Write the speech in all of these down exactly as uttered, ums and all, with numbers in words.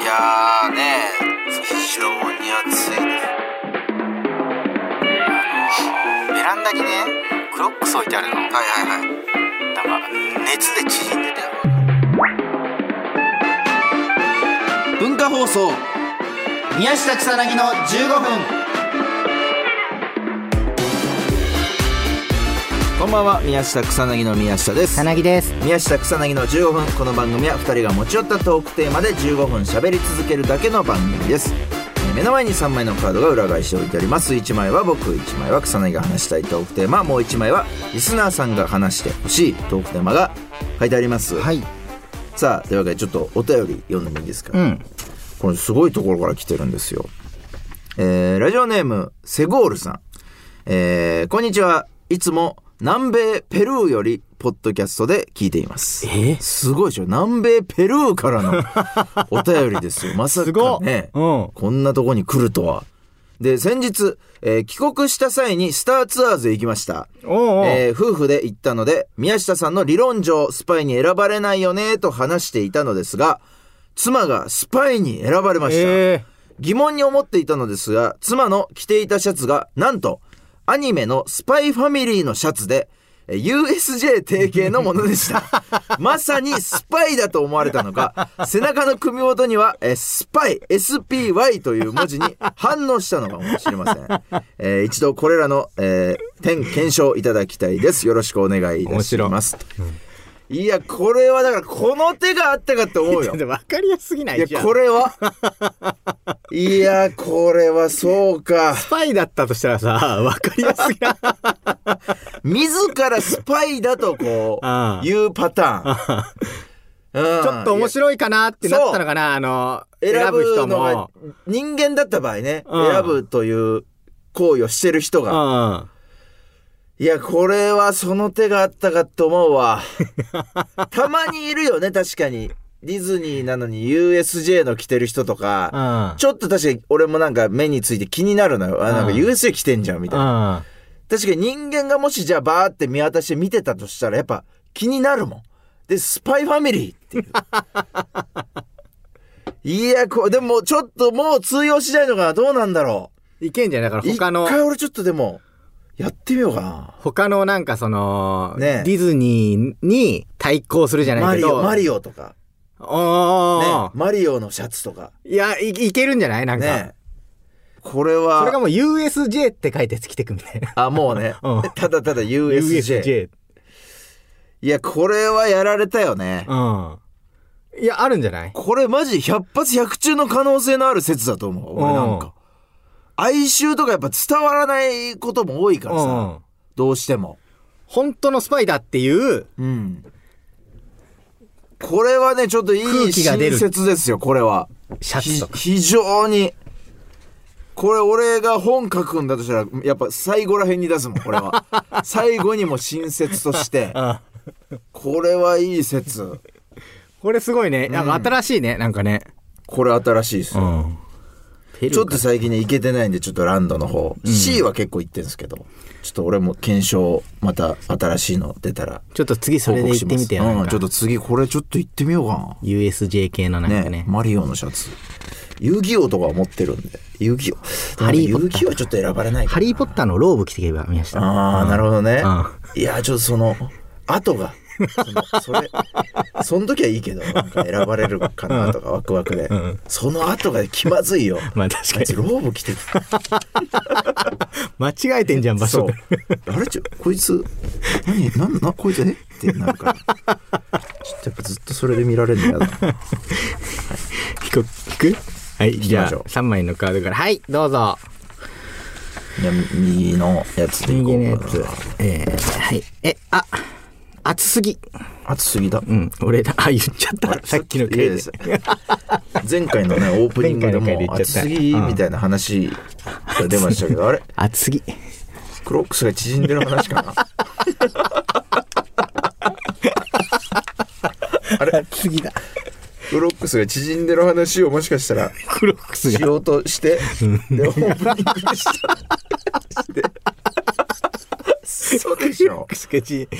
やーね、非常に暑いです。あのベランダにね、クロックス置いてあるの。はいはいはい。なんか熱で縮んでたよ。 文化放送宮下草薙のじゅうごふん。こんばんは、宮下草薙の宮下です。 草薙です。 宮下草薙のじゅうごふん。この番組はふたりが持ち寄ったトークテーマでじゅうごふん喋り続けるだけの番組です。目の前にさんまいのカードが裏返しておいてあります。いちまいは僕、いちまいは草薙が話したいトークテーマ、もういちまいはリスナーさんが話してほしいトークテーマが書いてあります。 はい。 さあ、というわけでちょっとお便り読んでもいいですか。 うん。 これすごいところから来てるんですよ。えー、ラジオネームセゴールさん、えー、こんにちは。いつも南米ペルーよりポッドキャストで聞いています。 えー、 すごいでしょ。南米ペルーからのお便りですよ。まさかね、うん、こんなとこに来るとは。で、先日、えー、帰国した際にスターツアーズへ行きました。 おうおう、 えー、夫婦で行ったので、宮下さんの理論上スパイに選ばれないよねと話していたのですが、妻がスパイに選ばれました。えー、疑問に思っていたのですが、妻の着ていたシャツがなんとアニメのスパイファミリーのシャツで ユーエスジェー 提携のものでした。まさにスパイだと思われたのか、背中の首元にはえスパイ エスピーワイ という文字に反応したのかもしれません。えー、一度これらの、えー、点検証いただきたいです。よろしくお願いいたします。いや、これはだからこの手があったかって思うよ。 分かりやすすぎないじゃん。 いや、これはいや、これはそうか。 スパイだったとしたらさ、分かりやすすぎない自らスパイだとこういうパターン。 ちょっと面白いかなってなったのかな、あの選ぶ人も。 選ぶのが人間だった場合ね、選ぶという行為をしてる人が、いや、これはその手があったかと思うわ。たまにいるよね、確かに。ディズニーなのに ユーエスジェー の着てる人とか、ちょっと確かに俺もなんか目について気になるのよ。あ、なんか ユーエスジェー 着てんじゃんみたいな。確かに人間がもしじゃあバーって見渡して見てたとしたらやっぱ気になるもん。で、スパイファミリーっていう。いや、こでもちょっともう通用しないのかな。どうなんだろう。いけんじゃない。だから他の。 一回俺ちょっとでも。やってみようかな。 他のなんかその、ね、ディズニーに対抗するじゃないけど。 マリオ、マリオとか。 おー、 ね。マリオのシャツとか。 いや、い、いけるんじゃないなんか。ね。 これは。 それがもう ユーエスジェー って書いて着てくみたいな。 あ、もうね。うん、ただただ ユーエスジェー。ユーエスジェー。いや、これはやられたよね。 うん。いや、あるんじゃない？ これマジひゃく発ひゃく中の可能性のある説だと思う。俺なんか。哀愁とかやっぱ伝わらないことも多いからさ、うん、どうしても本当のスパイだっていう、 うん、これはねちょっといい親切ですよ。これはシャツとか非常にこれ俺が本書くんだとしたらやっぱ最後らへんに出すもん。これは最後にも親切としてこれはいい説。 これすごいね。なんか新しいね、うん、なんかねこれ新しいですよ、うん、ちょっと最近ね行けてないんでちょっとランドの方、うん、C は結構行ってるんですけど、ちょっと俺も検証また新しいの出たらちょっと次それで行ってみてよ。 うん、ちょっと次これちょっと行ってみようかな。 ユーエスジェー 系のなんか ね, ねマリオのシャツ遊戯王とか持ってるんで遊戯王ハリーポッター遊戯王はちょっと選ばれないかな。 ハリーポッターのローブ着てけば見ました。 ああ、うん、なるほどね、うん、いやちょっとその後がそのそれその時はいいけどなんか選ばれるかなとかワクワクで、うん、その後が気まずいよ。 まあ確かにローブ着て間違えてんじゃん場所。 あれちょこいつ何なんなこいつえってなるからちょっとやっぱずっとそれで見られるのやだな、はい、 引く引くはい、じゃあさんまいのカードからはいどうぞ。 じゃあ右のやつでいこう。 右のやつ、えー、はいえあ暑すぎ暑すぎだ。 うん俺だあ言っちゃったさっきの回で前回のねオープニングでも暑すぎみたいな話が出ましたけど、うん、あれ暑すぎクロックスが縮んでる話かなあれ暑すぎだクロックスが縮んでる話をもしかしたらクロックスがしようとしてでオープニングでしたそうでしょ。 クロックスがち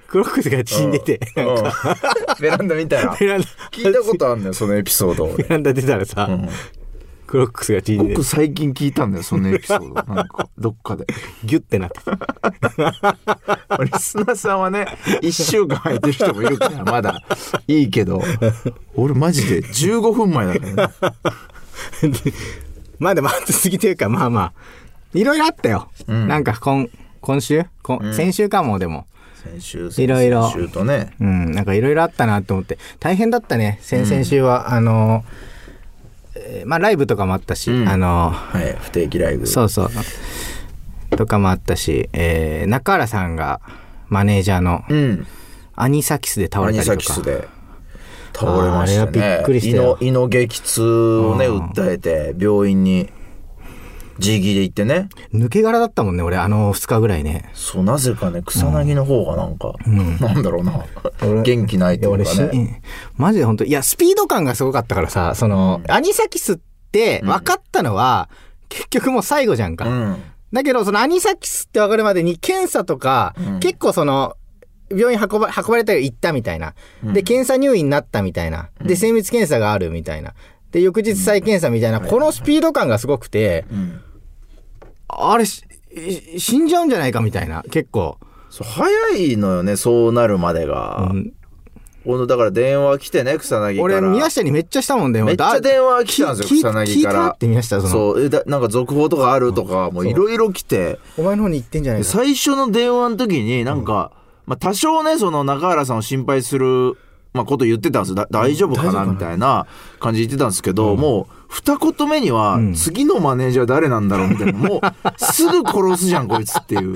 クロックスが縮んでて、 うんなんかベランダ見たらベランダ聞いたことあるんだよそのエピソードベランダ出たらさ、うん、クロックスが縮んで僕最近聞いたんだよそのエピソードなんかどっかでギュッてなってリスナーさんはねいっしゅうかん空いてる人もいるからまだいいけど俺マジでじゅうごふんまえだからねまあでも後過ぎてるからまあまあいろいろあったよ、うん、なんか今今週今、うん、先週かもでも先週いろいろ先週とねうんなんかいろいろあったなと思って大変だったね先々週は、うん、あのえー、まあライブとかもあったし、うん、あのはい、不定期ライブそうそうとかもあったし、えー、中原さんがマネージャーの、うん、アニサキスで倒れたりとかアニサキスで倒れましたね。あれはびっくりしたよ。胃の、胃の激痛をね訴えて病院に自力で行ってね抜け殻だったもんね俺あのふつかぐらいね。 そうなぜかね草薙の方がなんか、うん、なんだろうな元気ないというかねマジで本当いやスピード感がすごかったからさその、うん、アニサキスって分かったのは、うん、結局もう最後じゃんか、うん、だけどそのアニサキスって分かるまでに検査とか、うん、結構その病院運ば、運ばれたら行ったみたいな、うん、で検査入院になったみたいなで精密検査があるみたいなで翌日再検査みたいな、うん、このスピード感がすごくて、うんあれ死んじゃうんじゃないかみたいな結構そう早いのよねそうなるまでが、うん、俺だから電話来てね草薙から俺宮下にめっちゃしたもん電話めっちゃ電話来たんですよ草薙から聞いたって宮下そのそうだなんか続報とかあるとかもういろいろ来てお前の方に言ってんじゃないか最初の電話の時になんか、うんまあ、多少ねその中原さんを心配するまあ、こと言ってたんですよ。だ大丈夫かなみたいな感じで言ってたんですけど、うん、もう二言目には、うん、次のマネージャー誰なんだろうみたいな、もうすぐ殺すじゃんこいつっていう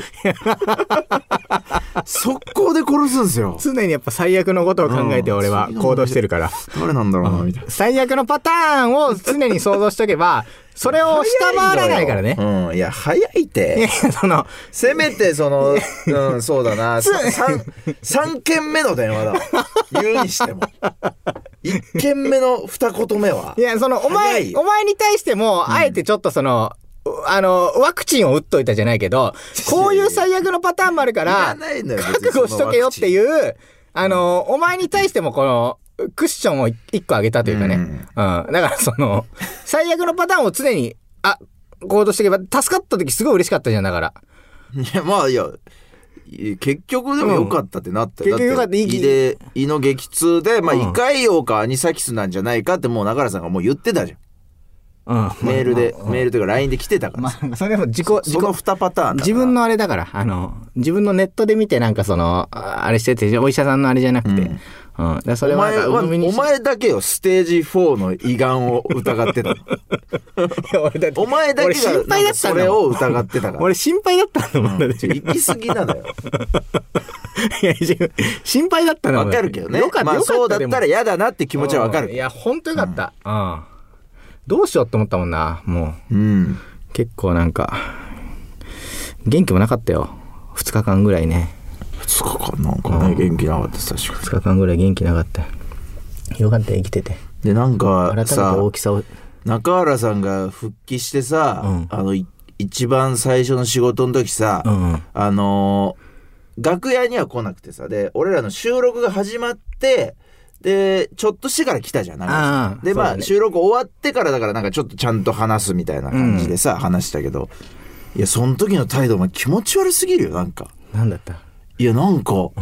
速攻で殺すんですよ。 常にやっぱ最悪のことを考えて俺は行動してるから、 うん、誰なんだろうなみたいな、 最悪のパターンを常に想像しとけばそれを下回らないからね。 うん、いや早いって。いやそのせめてそのうんそうだな三三件目の電話だわ。言うにしても一件目の二言目はいやそのお前お前に対しても、うん、あえてちょっとそのあのワクチンを打っといたじゃないけどこういう最悪のパターンもあるから覚悟しとけよっていうあのお前に対してもこのクッションを一個あげたというかね、うんうん、だからその最悪のパターンを常にあ行動していけば助かった時すごい嬉しかったじゃんだからいやまあいや結局でも良かったってなったよ、うん、だって胃で胃の激痛でまあ胃潰瘍かアニサキスなんじゃないかってもう中原さんがもう言ってたじゃん、うん、メールで、まあ、メールというか ライン で来てたから、まあ、それも自己そのにパターン自分のあれだからあの自分のネットで見てなんかそのあれしててお医者さんのあれじゃなくて、うんうん、だそれはお前はお前だけよステージフォーの胃がんを疑ってたの俺だってお前だけがなんかそれを疑ってたから俺心配だったの、うん、 行き過ぎなのよいや心配だったの分かるけどねよかった、まあ、そうだったら嫌だなって気持ちは分かる、 うん、いや本当よかった、うんうん、どうしようって思ったもんなもう、うん、結構なんか元気もなかったよふつかかんぐらいねふつかかんなんかね、うん、元気なかった確かにふつかかんぐらい元気なかったよかった生きててでなんか改めて大きさを中原さんが復帰してさ、うん、あの一番最初の仕事の時さ、うんうん、あのー、楽屋には来なくてさで俺らの収録が始まってでちょっとしてから来たじゃんあでまあ、ね、収録終わってからだからなんかちょっとちゃんと話すみたいな感じでさ、うん、話したけどいやその時の態度も気持ち悪すぎるよなんかなんだったいやなんか、うん、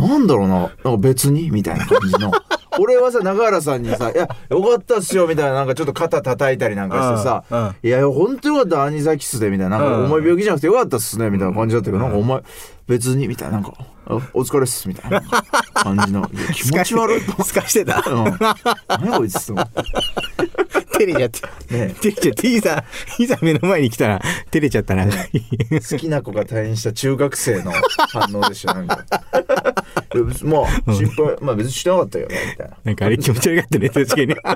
なんだろうななんか別にみたいな感じの俺はさ中原さんにさいやよかったっすよみたいななんかちょっと肩叩いたりなんかしてさ、うんうん、いやほんとよかったアニサキスでみたいななんか重い病気じゃなくてよかったっすねみたいな感じだったけど、うん、なんかお前別にみたいななんかお疲れっすみたいな感じの気持ち悪いとすかしてた、 うん、何こいつって照れちゃって、ね、照れちゃっていざいざ目の前に来たら照れちゃったな好きな子が退院した中学生の反応でしたなんかまあ心配、うん、まあ別にしてなかったよねみたいななんかあれ気持ち悪かったね確かに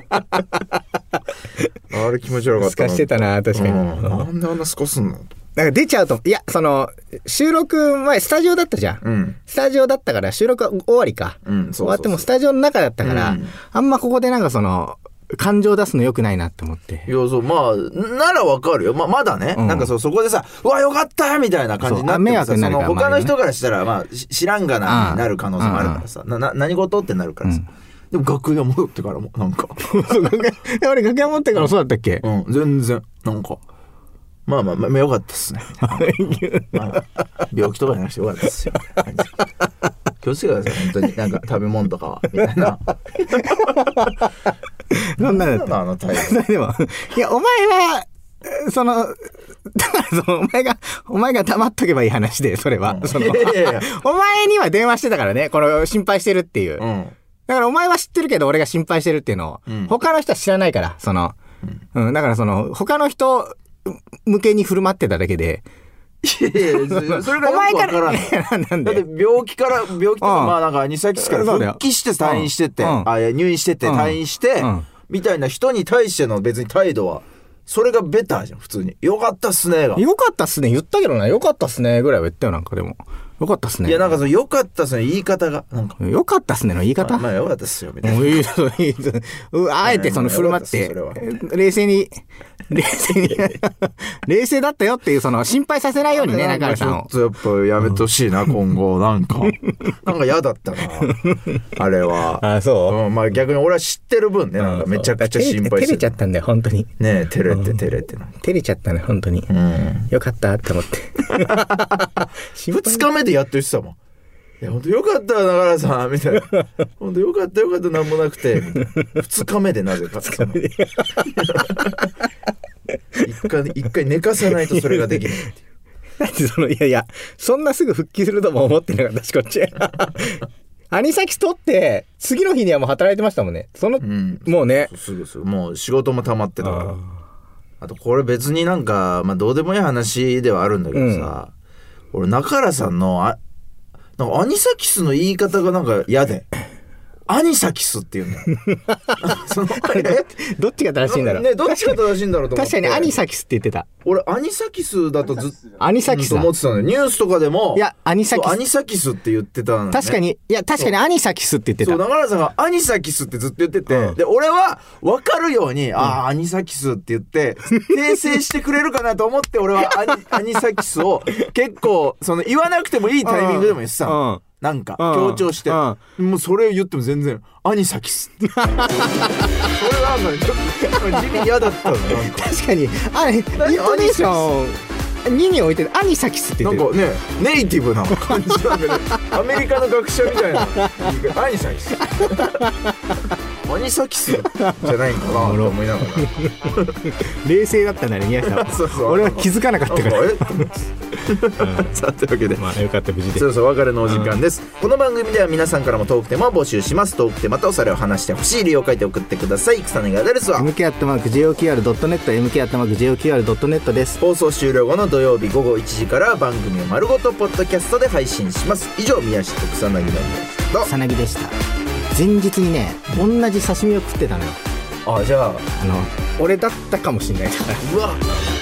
あれ気持ち悪かったなすかしてたな確かに、うん、 なんであんなすかすんのなんか出ちゃうといやその収録前スタジオだったじゃん、うん、スタジオだったから収録終わりか、うん、そうそうそう終わってもスタジオの中だったから、うん、あんまここでなんかその感情出すの良くないなって思って。 いや、そう、まあ、ならわかるよ。まあ、まだね、うん、なんかそ、そこでさ、うわ、よかったみたいな感じになってもさ、その他の人からしたら、まあ、知らんがな、になる可能性もあるからさ、な、な、何事ってなるからさ。うん、でも楽屋戻ってからも、なんか。 俺楽屋戻ってからそうだったっけ？ うん、全然、なんか。まあまあ、まあ、よかったっすね。まあ、病気とかじゃなくてよかったっすよ。気をつけてください、本当に。なんか、食べ物とかは。みたいな。 そんなだった。 あの態度。でも、いや、お前は、その、だからその、お前が、お前が黙っとけばいい話で、それは。うん、そのいやいやいやお前には電話してたからね、この、心配してるっていう。うん、だからお前は知ってるけど、俺が心配してるっていうのを、うん、他の人は知らないから、その、うん、うん、だからその、他の人、向けに振る舞ってただけで。 いやいや、それがよくわからない。なんでだって病気から、病気とか、まあなんかアニサキスから復帰して退院してて、あ、入院してて退院して、みたいな人に対しての別に態度は、それがベターじゃん、普通に。よかったっすねが。 よかったっすね言ったけどな、よかったっすねぐらいは言ったよ、なんかでも。よかったっすね。 いや、なんかその、よかったっすね言い方が。なんかよかったっすねの言い方、 まあ、まあ、よかったっすよ、みたいな。 あえてその振る舞って、冷静に、冷静に、冷静だったよっていう、その、心配させないようにね、中原さんを。 ちょっとやっぱやめてほしいな、今後。なんか、なんか嫌だったな。あれは。 あ、そう、 うん、まあ逆に俺は知ってる分ね、なんかめちゃくちゃ心配してる。 照れちゃったんだよ、本当に。 ねえ、照れて照れてな。 照れちゃったね、本当に。うん。よかったって思って。 二日目でやっと言ってたもん。いや、ほんとよかったよ、中原さん、みたいな。ほんとよかったよかった、なんもなくて。二日目でなぜか。二日目で。一回、一回寝かさないとそれができないっていう。 なんでその、いやいや、そんなすぐ復帰するとも思ってなかったし、こっち。アニサキス取って、次の日にはもう働いてましたもんね。その、うん、もうね。 すぐすぐ。もう仕事も溜まってたから。あ, あと、これ別になんか、まあどうでもいい話ではあるんだけどさ、うん、俺、中原さんの、あ、なんかアニサキスの言い方がなんか嫌で。アニサキスっていうんだよ。そのあれどっちが正しいんだろう。 ね、どっちが正しいんだろうと思って。 確かにアニサキスって言ってた。 俺アニサキスだとずっとアニサキスと思ってたのよ。ニュースとかでもいやアニサキスアニサキスって言ってたの、ね。 確かにいや確かにアニサキスって言ってた。 そう中原さんがアニサキスってずっと言ってて、うん、で俺は分かるように、うん、ああアニサキスって言って訂正してくれるかなと思って俺はアニアニサキスを結構その言わなくてもいいタイミングでも言ってたの。うんうんなんか強調して、うんうん、もうそれを言っても全然アニサキスそれはなんかちょっと地味嫌だったのなんか確かにあれイントネーションにに置いてるアニサキスって言ってるなんかねネイティブな感じなんで、ね、アメリカの学者みたいなアニサキスアニサキスじゃないんかなと思いながら冷静だったんだね宮下はそうそう俺は気づかなかったからさあというわけで、 まあ、よかった無事でそろそろお別れのお時間です、うん、この番組では皆さんからもトークテーマを募集します。トークテーマとそれを話してほしい理由を書いて送ってください。草薙アドレスは エムケーアットマークジェイオーキューアールドットネット エムケーアットマークジェイオーキューアールドットネット です。放送終了後の土曜日午後いちじから番組を丸ごとポッドキャストで配信します。以上宮下と草薙の宮下と草薙でした。前日にね同じ刺身を食ってたのよ。 あじゃああの俺だったかもしれないからうわ